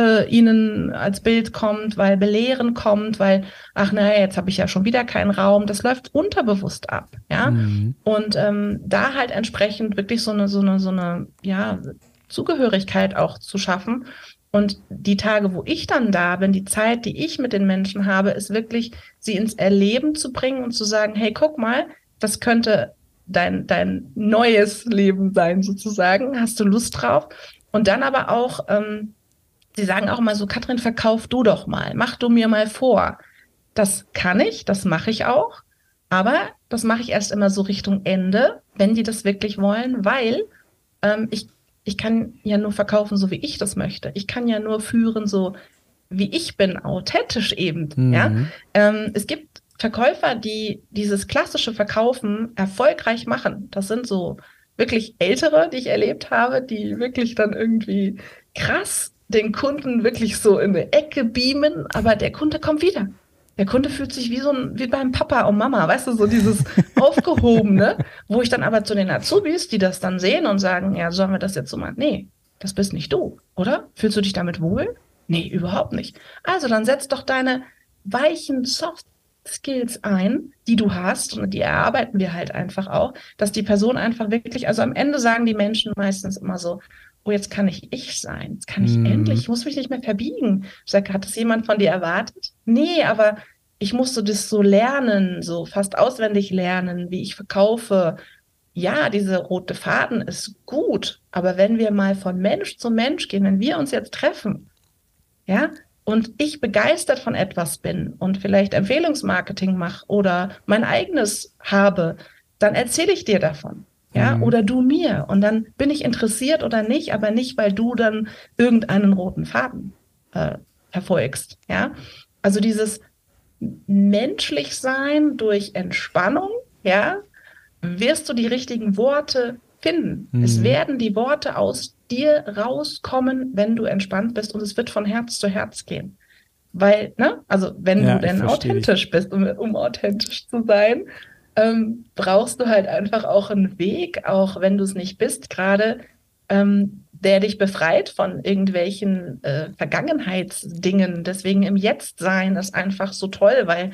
ihnen als Bild kommt, weil Belehren kommt, weil, ach naja, jetzt habe ich ja schon wieder keinen Raum. Das läuft unterbewusst ab, ja. Und da halt entsprechend wirklich so eine Zugehörigkeit auch zu schaffen. Und die Tage, wo ich dann da bin, die Zeit, die ich mit den Menschen habe, ist wirklich, sie ins Erleben zu bringen und zu sagen, hey, guck mal, das könnte dein neues Leben sein, sozusagen. Hast du Lust drauf? Und dann aber auch, sie sagen auch immer so, Katrin, verkauf du doch mal, mach du mir mal vor. Das kann ich, das mache ich auch, aber das mache ich erst immer so Richtung Ende, wenn die das wirklich wollen, weil ich kann ja nur verkaufen, so wie ich das möchte. Ich kann ja nur führen, so wie ich bin, authentisch eben. Ja? Es gibt Verkäufer, die dieses klassische Verkaufen erfolgreich machen. Das sind so wirklich Ältere, die ich erlebt habe, die wirklich dann irgendwie krass den Kunden wirklich so in eine Ecke beamen, aber der Kunde kommt wieder. Der Kunde fühlt sich wie beim Papa und Mama, weißt du, so dieses Aufgehobene, wo ich dann aber zu den Azubis, die das dann sehen und sagen, ja, sollen wir das jetzt so machen? Nee, das bist nicht du, oder? Fühlst du dich damit wohl? Nee, überhaupt nicht. Also dann setz doch deine weichen Soft Skills ein, die du hast, und die erarbeiten wir halt einfach auch, dass die Person einfach wirklich, also am Ende sagen die Menschen meistens immer so, oh, jetzt kann ich sein, jetzt kann ich endlich, ich muss mich nicht mehr verbiegen. Ich sage, hat das jemand von dir erwartet? Nee, aber ich musste das so lernen, so fast auswendig lernen, wie ich verkaufe. Ja, diese rote Faden ist gut, aber wenn wir mal von Mensch zu Mensch gehen, wenn wir uns jetzt treffen, ja, und ich begeistert von etwas bin und vielleicht Empfehlungsmarketing mache oder mein eigenes habe, dann erzähle ich dir davon. Ja, oder du mir. Und dann bin ich interessiert oder nicht, aber nicht, weil du dann irgendeinen roten Faden verfolgst. Ja, also dieses menschlich sein durch Entspannung, ja, wirst du die richtigen Worte finden. Es werden die Worte aus dir rauskommen, wenn du entspannt bist, und es wird von Herz zu Herz gehen. Weil, ne, also wenn du denn authentisch bist, um authentisch zu sein, brauchst du halt einfach auch einen Weg, auch wenn du es nicht bist, gerade der dich befreit von irgendwelchen Vergangenheitsdingen. Deswegen im Jetzt-Sein ist einfach so toll, weil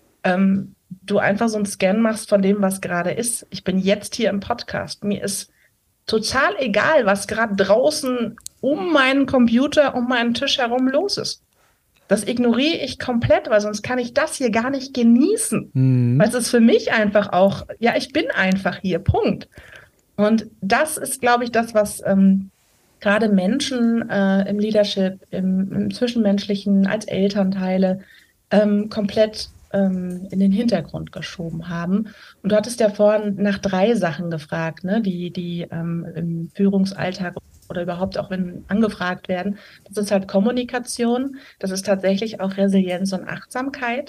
du einfach so einen Scan machst von dem, was gerade ist. Ich bin jetzt hier im Podcast. Mir ist total egal, was gerade draußen um meinen Computer, um meinen Tisch herum los ist. Das ignoriere ich komplett, weil sonst kann ich das hier gar nicht genießen. Weil es ist für mich einfach auch, ja, ich bin einfach hier, Punkt. Und das ist, glaube ich, das, was gerade Menschen im Leadership, im Zwischenmenschlichen, als Elternteile komplett in den Hintergrund geschoben haben. Und du hattest ja vorhin nach 3 Sachen gefragt, ne, die im Führungsalltag oder überhaupt auch wenn angefragt werden. Das ist halt Kommunikation, das ist tatsächlich auch Resilienz und Achtsamkeit,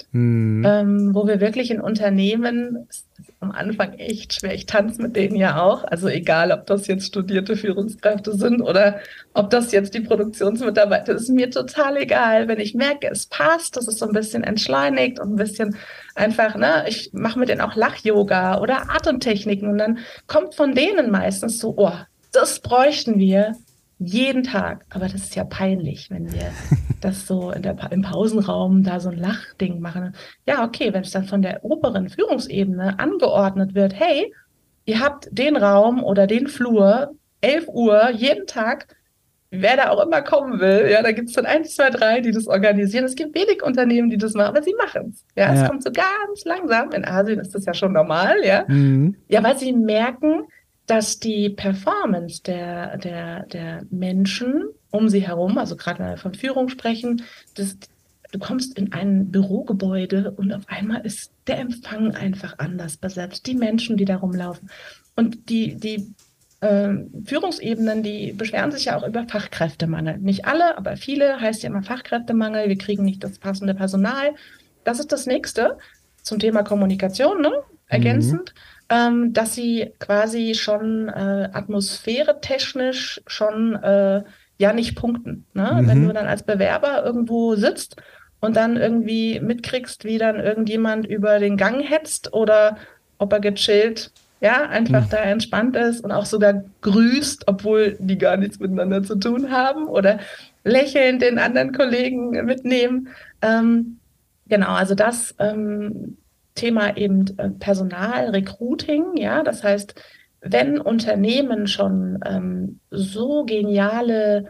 wo wir wirklich in Unternehmen, das ist am Anfang echt schwer, ich tanze mit denen ja auch, also egal, ob das jetzt studierte Führungskräfte sind oder ob das jetzt die Produktionsmitarbeiter, ist mir total egal, wenn ich merke, es passt, das ist so ein bisschen entschleunigt und ein bisschen einfach, ne, ich mache mit denen auch Lach-Yoga oder Atemtechniken und dann kommt von denen meistens so, oh, das bräuchten wir jeden Tag. Aber das ist ja peinlich, wenn wir das so im Pausenraum da so ein Lachding machen. Ja, okay, wenn es dann von der oberen Führungsebene angeordnet wird, hey, ihr habt den Raum oder den Flur, 11 Uhr, jeden Tag, wer da auch immer kommen will, ja, da gibt es dann 1, 2, 3, die das organisieren. Es gibt wenig Unternehmen, die das machen, aber sie machen es. Ja, es kommt so ganz langsam. In Asien ist das ja schon normal, ja. Ja, weil sie merken, dass die Performance der Menschen um sie herum, also gerade wenn wir von Führung sprechen, du kommst in ein Bürogebäude und auf einmal ist der Empfang einfach anders besetzt, die Menschen, die da rumlaufen. Und die Führungsebenen, die beschweren sich ja auch über Fachkräftemangel. Nicht alle, aber viele, heißt ja immer Fachkräftemangel, wir kriegen nicht das passende Personal. Das ist das Nächste zum Thema Kommunikation, ne? Ergänzend. Dass sie quasi schon atmosphäretechnisch schon ja nicht punkten. Ne? Wenn du dann als Bewerber irgendwo sitzt und dann irgendwie mitkriegst, wie dann irgendjemand über den Gang hetzt oder ob er gechillt, ja, einfach da entspannt ist und auch sogar grüßt, obwohl die gar nichts miteinander zu tun haben oder lächelnd den anderen Kollegen mitnehmen. Genau, also das Thema eben Personal, Recruiting, ja, das heißt, wenn Unternehmen schon so geniale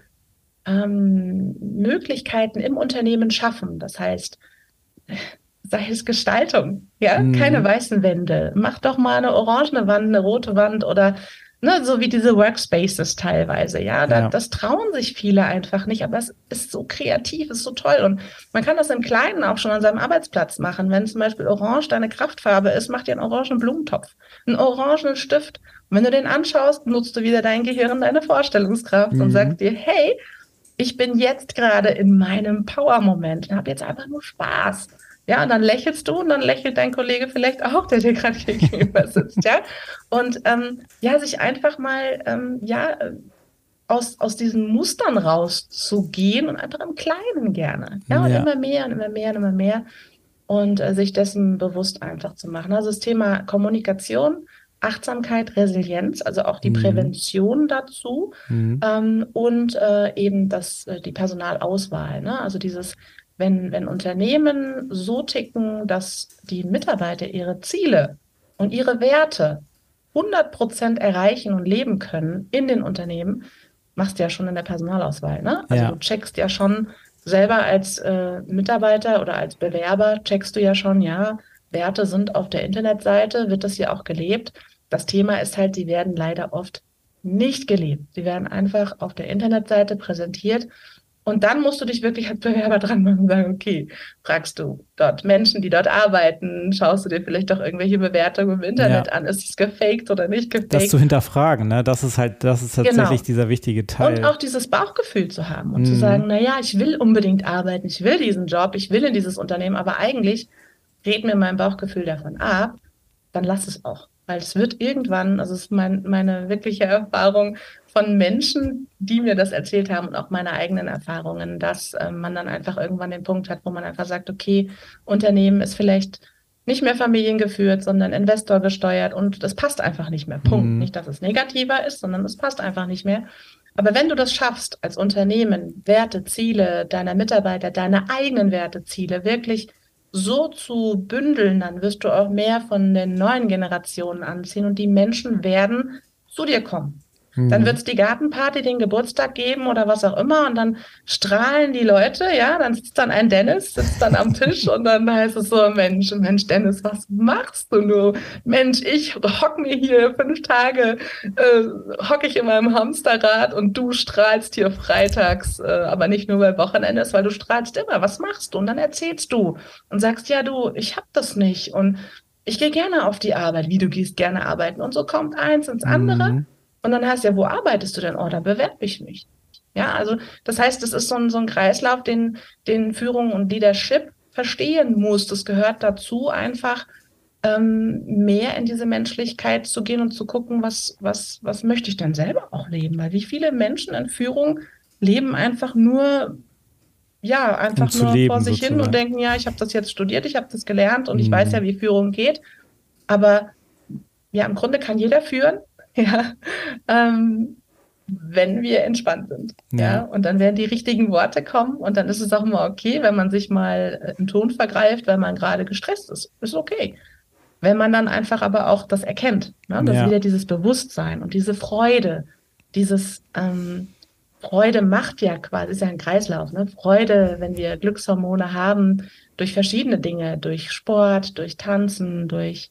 Möglichkeiten im Unternehmen schaffen, das heißt, sei es Gestaltung, ja, keine weißen Wände, mach doch mal eine orangene Wand, eine rote Wand oder ne, so wie diese Workspaces teilweise, ja, das trauen sich viele einfach nicht, aber es ist so kreativ, ist so toll und man kann das im Kleinen auch schon an seinem Arbeitsplatz machen, wenn zum Beispiel Orange deine Kraftfarbe ist, mach dir einen orangen Blumentopf, einen orangen Stift und wenn du den anschaust, nutzt du wieder dein Gehirn, deine Vorstellungskraft und sagst dir, hey, ich bin jetzt gerade in meinem Power-Moment und habe jetzt einfach nur Spaß. Ja, und dann lächelst du und dann lächelt dein Kollege vielleicht auch, der dir gerade hier gegenüber sitzt, ja. Und ja, sich einfach mal aus diesen Mustern rauszugehen und einfach im Kleinen gerne. Ja, und immer mehr und immer mehr und immer mehr. Und sich dessen bewusst einfach zu machen. Also das Thema Kommunikation, Achtsamkeit, Resilienz, also auch die Prävention dazu und eben die Personalauswahl, ne? Also dieses wenn Unternehmen so ticken, dass die Mitarbeiter ihre Ziele und ihre Werte 100% erreichen und leben können in den Unternehmen, machst du ja schon in der Personalauswahl, ne? Also du checkst ja schon selber als Mitarbeiter oder als Bewerber, checkst du ja schon, ja, Werte sind auf der Internetseite, wird das hier auch gelebt. Das Thema ist halt, sie werden leider oft nicht gelebt. Sie werden einfach auf der Internetseite präsentiert. Und dann musst du dich wirklich als Bewerber dran machen und sagen, okay, fragst du dort Menschen, die dort arbeiten, schaust du dir vielleicht doch irgendwelche Bewertungen im Internet an, ist es gefaked oder nicht gefaked? Das zu hinterfragen, ne? Das ist tatsächlich dieser wichtige Teil. Und auch dieses Bauchgefühl zu haben und zu sagen, naja, ich will unbedingt arbeiten, ich will diesen Job, ich will in dieses Unternehmen, aber eigentlich rät mir mein Bauchgefühl davon ab, dann lass es auch. Weil es wird irgendwann, also es ist meine wirkliche Erfahrung von Menschen, die mir das erzählt haben und auch meine eigenen Erfahrungen, dass man dann einfach irgendwann den Punkt hat, wo man einfach sagt, okay, Unternehmen ist vielleicht nicht mehr familiengeführt, sondern Investor gesteuert und das passt einfach nicht mehr. Punkt. Nicht, dass es negativer ist, sondern es passt einfach nicht mehr. Aber wenn du das schaffst, als Unternehmen, Werte, Ziele deiner Mitarbeiter, deine eigenen Werte, Ziele wirklich so zu bündeln, dann wirst du auch mehr von den neuen Generationen anziehen und die Menschen werden zu dir kommen. Dann wird es die Gartenparty, den Geburtstag geben oder was auch immer und dann strahlen die Leute, ja, dann sitzt dann ein Dennis, sitzt dann am Tisch und dann heißt es so, Mensch Dennis, was machst du nur? Mensch, ich hock mir hier 5 Tage, hocke ich in meinem Hamsterrad und du strahlst hier freitags, aber nicht nur bei Wochenende, weil du strahlst immer. Was machst du? Und dann erzählst du und sagst, ja du, ich hab das nicht und ich gehe gerne auf die Arbeit. Wie, du gehst gerne arbeiten? Und so kommt eins ins andere. Und dann heißt ja, wo arbeitest du denn? Oh, da bewerbe ich mich. Ja, also das heißt, das ist so ein Kreislauf, den Führung und Leadership verstehen muss. Das gehört dazu, einfach mehr in diese Menschlichkeit zu gehen und zu gucken, was möchte ich denn selber auch leben? Weil wie viele Menschen in Führung leben einfach nur nur vor sich hin und denken, ja, ich habe das jetzt studiert, ich habe das gelernt und ich weiß ja, wie Führung geht. Aber ja, im Grunde kann jeder führen. Ja, wenn wir entspannt sind. Ja, und dann werden die richtigen Worte kommen und dann ist es auch immer okay, wenn man sich mal im Ton vergreift, weil man gerade gestresst ist. Ist okay. Wenn man dann einfach aber auch das erkennt, ne? Das ist wieder dieses Bewusstsein und diese Freude, Freude macht ja quasi, ist ja ein Kreislauf, ne? Freude, wenn wir Glückshormone haben, durch verschiedene Dinge, durch Sport, durch Tanzen, durch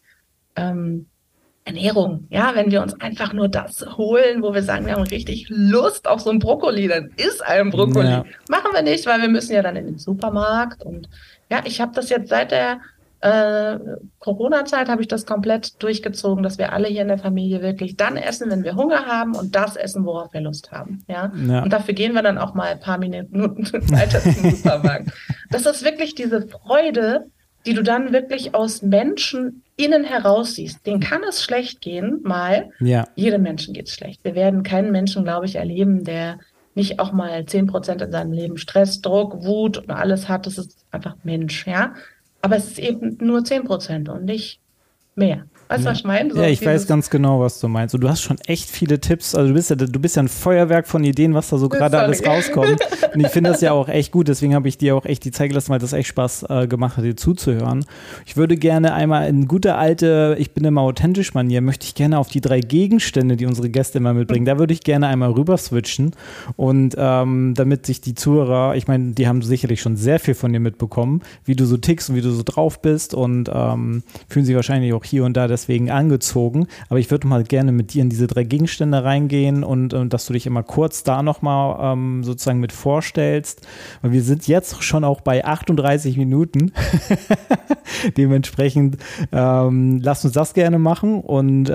Ernährung, ja, wenn wir uns einfach nur das holen, wo wir sagen, wir haben richtig Lust auf so ein Brokkoli, dann ist ein Brokkoli. Ja. Machen wir nicht, weil wir müssen ja dann in den Supermarkt und ja, ich habe das jetzt seit der Corona-Zeit habe ich das komplett durchgezogen, dass wir alle hier in der Familie wirklich dann essen, wenn wir Hunger haben und das essen, worauf wir Lust haben. Ja? Und dafür gehen wir dann auch mal ein paar Minuten weiter zum Supermarkt. Das ist wirklich diese Freude, die du dann wirklich aus Menschen innen heraus siehst. Denen kann es schlecht gehen, mal. Ja. Jedem Menschen geht es schlecht. Wir werden keinen Menschen, glaube ich, erleben, der nicht auch mal 10% in seinem Leben Stress, Druck, Wut und alles hat. Das ist einfach Mensch, ja. Aber es ist eben nur 10% und nicht mehr. Weißt du, was ich meine? So ich weiß ganz genau, was du meinst. Und du hast schon echt viele Tipps. Also du bist ja ein Feuerwerk von Ideen, was da so gerade alles rauskommt. Und ich finde das ja auch echt gut. Deswegen habe ich dir auch echt die Zeit gelassen, weil das echt Spaß gemacht hat, dir zuzuhören. Ich würde gerne einmal in guter alte, ich bin immer authentisch Manier, möchte ich gerne auf die 3 Gegenstände, die unsere Gäste immer mitbringen, da würde ich gerne einmal rüber switchen. Und damit sich die Zuhörer, ich meine, die haben sicherlich schon sehr viel von dir mitbekommen, wie du so tickst und wie du so drauf bist und fühlen sich wahrscheinlich auch hier und da deswegen angezogen, aber ich würde mal gerne mit dir in diese 3 Gegenstände reingehen und dass du dich immer kurz da nochmal sozusagen mit vorstellst, weil wir sind jetzt schon auch bei 38 Minuten, dementsprechend lass uns das gerne machen und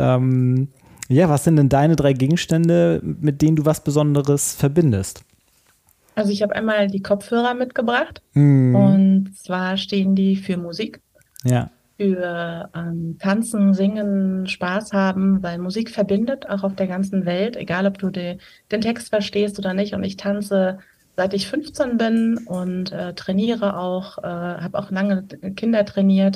was sind denn deine 3 Gegenstände, mit denen du was Besonderes verbindest? Also ich habe einmal die Kopfhörer mitgebracht und zwar stehen die für Musik. Ja. Für Tanzen, Singen, Spaß haben, weil Musik verbindet, auch auf der ganzen Welt, egal ob du den Text verstehst oder nicht. Und ich tanze, seit ich 15 bin und trainiere auch, habe auch lange Kinder trainiert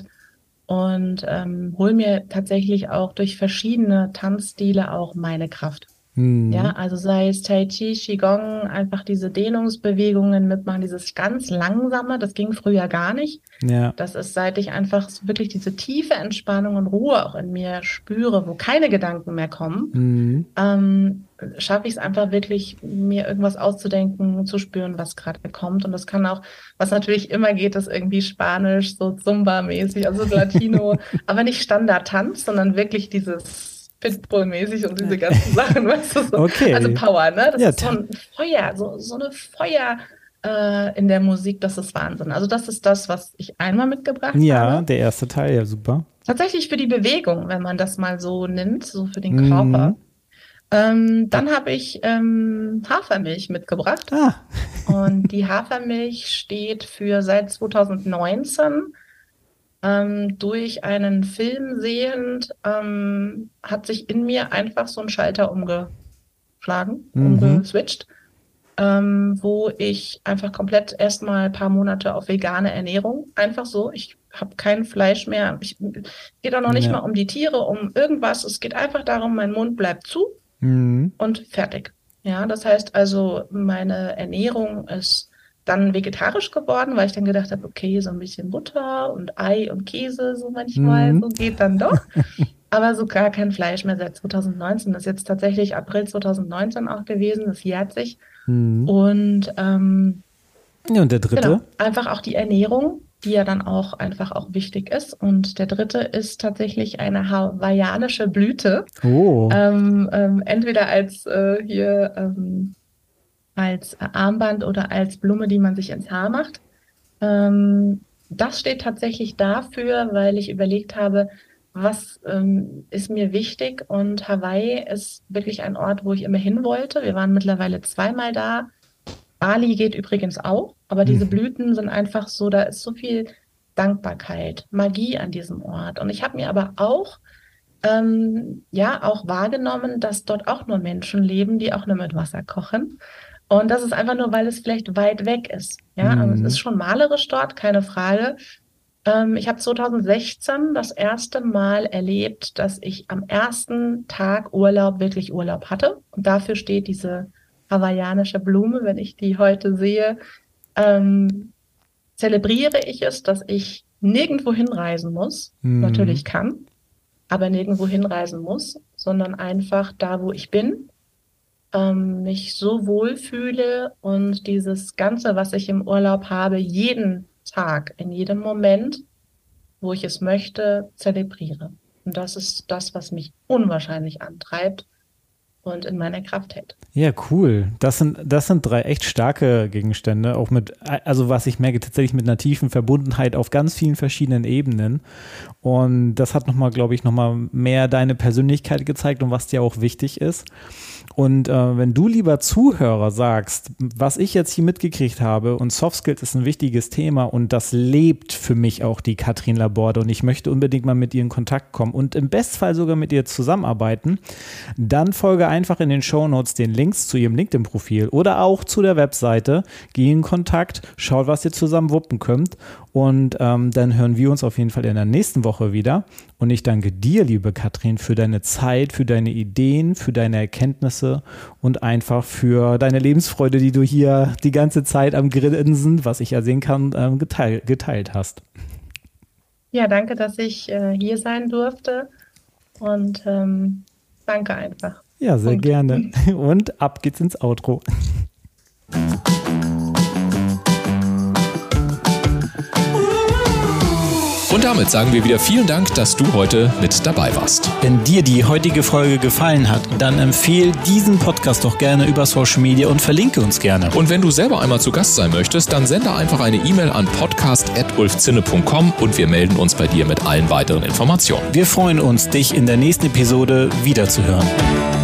und hole mir tatsächlich auch durch verschiedene Tanzstile auch meine Kraft. Ja, also sei es Tai Chi, Qigong, einfach diese Dehnungsbewegungen mitmachen, dieses ganz langsame, das ging früher gar nicht. Ja. Das ist, seit ich einfach wirklich diese tiefe Entspannung und Ruhe auch in mir spüre, wo keine Gedanken mehr kommen, schaffe ich es einfach wirklich, mir irgendwas auszudenken, zu spüren, was gerade kommt. Und das kann auch, was natürlich immer geht, ist irgendwie Spanisch, so Zumba-mäßig, also Latino, aber nicht Standard-Tanz, sondern wirklich dieses Pitbull-mäßig und diese ganzen Sachen, weißt du, so. Okay. Also Power, ne? Das ist so ein Feuer, so eine in der Musik, das ist Wahnsinn. Also das ist das, was ich einmal mitgebracht habe. Ja, der erste Teil, ja, super. Tatsächlich für die Bewegung, wenn man das mal so nimmt, so für den Körper. Dann habe ich Hafermilch mitgebracht. Und die Hafermilch steht für seit 2019 durch einen Film sehend, hat sich in mir einfach so ein Schalter umgeswitcht, wo ich einfach komplett erstmal ein paar Monate auf vegane Ernährung, einfach so, ich habe kein Fleisch mehr, geht auch noch nicht mal um die Tiere, um irgendwas, es geht einfach darum, mein Mund bleibt zu und fertig. Ja, das heißt also, meine Ernährung ist dann vegetarisch geworden, weil ich dann gedacht habe, okay, so ein bisschen Butter und Ei und Käse, so manchmal, so geht dann doch. Aber so gar kein Fleisch mehr seit 2019. Das ist jetzt tatsächlich April 2019 auch gewesen, das jährt sich. Und, ja, und der dritte? Genau, einfach auch die Ernährung, die ja dann auch einfach auch wichtig ist. Und der dritte ist tatsächlich eine hawaiianische Blüte. Entweder als als Armband oder als Blume, die man sich ins Haar macht. Das steht tatsächlich dafür, weil ich überlegt habe, was ist mir wichtig, und Hawaii ist wirklich ein Ort, wo ich immer hin wollte. Wir waren mittlerweile 2-mal da. Bali geht übrigens auch, aber diese Blüten sind einfach so, da ist so viel Dankbarkeit, Magie an diesem Ort. Und ich habe mir aber auch auch wahrgenommen, dass dort auch nur Menschen leben, die auch nur mit Wasser kochen. Und das ist einfach nur, weil es vielleicht weit weg ist. Ja, aber es ist schon malerisch dort, keine Frage. Ich habe 2016 das erste Mal erlebt, dass ich am ersten Tag Urlaub wirklich Urlaub hatte. Und dafür steht diese hawaiianische Blume, wenn ich die heute sehe, zelebriere ich es, dass ich nirgendwo hinreisen muss, natürlich kann, aber nirgendwo hinreisen muss, sondern einfach da, wo ich bin, mich so wohlfühle und dieses Ganze, was ich im Urlaub habe, jeden Tag, in jedem Moment, wo ich es möchte, zelebriere. Und das ist das, was mich unwahrscheinlich antreibt und in meiner Kraft hält. Ja, cool. Das sind 3 echt starke Gegenstände, auch also was ich merke, tatsächlich mit einer tiefen Verbundenheit auf ganz vielen verschiedenen Ebenen. Und das hat glaube ich, nochmal mehr deine Persönlichkeit gezeigt und was dir auch wichtig ist. Und wenn du, lieber Zuhörer, sagst, was ich jetzt hier mitgekriegt habe, und Soft Skills ist ein wichtiges Thema und das lebt für mich auch die Katrin Laborde und ich möchte unbedingt mal mit ihr in Kontakt kommen und im Bestfall sogar mit ihr zusammenarbeiten, dann folge einfach in den Shownotes den Links zu ihrem LinkedIn-Profil oder auch zu der Webseite, geh in Kontakt, schaut, was ihr zusammen wuppen könnt, und dann hören wir uns auf jeden Fall in der nächsten Woche wieder. Und ich danke dir, liebe Katrin, für deine Zeit, für deine Ideen, für deine Erkenntnisse und einfach für deine Lebensfreude, die du hier die ganze Zeit am Grinsen, was ich ja sehen kann, geteilt hast. Ja, danke, dass ich hier sein durfte, und danke einfach. Ja, sehr gerne. Und ab geht's ins Outro. Und damit sagen wir wieder vielen Dank, dass du heute mit dabei warst. Wenn dir die heutige Folge gefallen hat, dann empfehle diesen Podcast doch gerne über Social Media und verlinke uns gerne. Und wenn du selber einmal zu Gast sein möchtest, dann sende einfach eine E-Mail an podcast@ulfzinne.com und wir melden uns bei dir mit allen weiteren Informationen. Wir freuen uns, dich in der nächsten Episode wiederzuhören.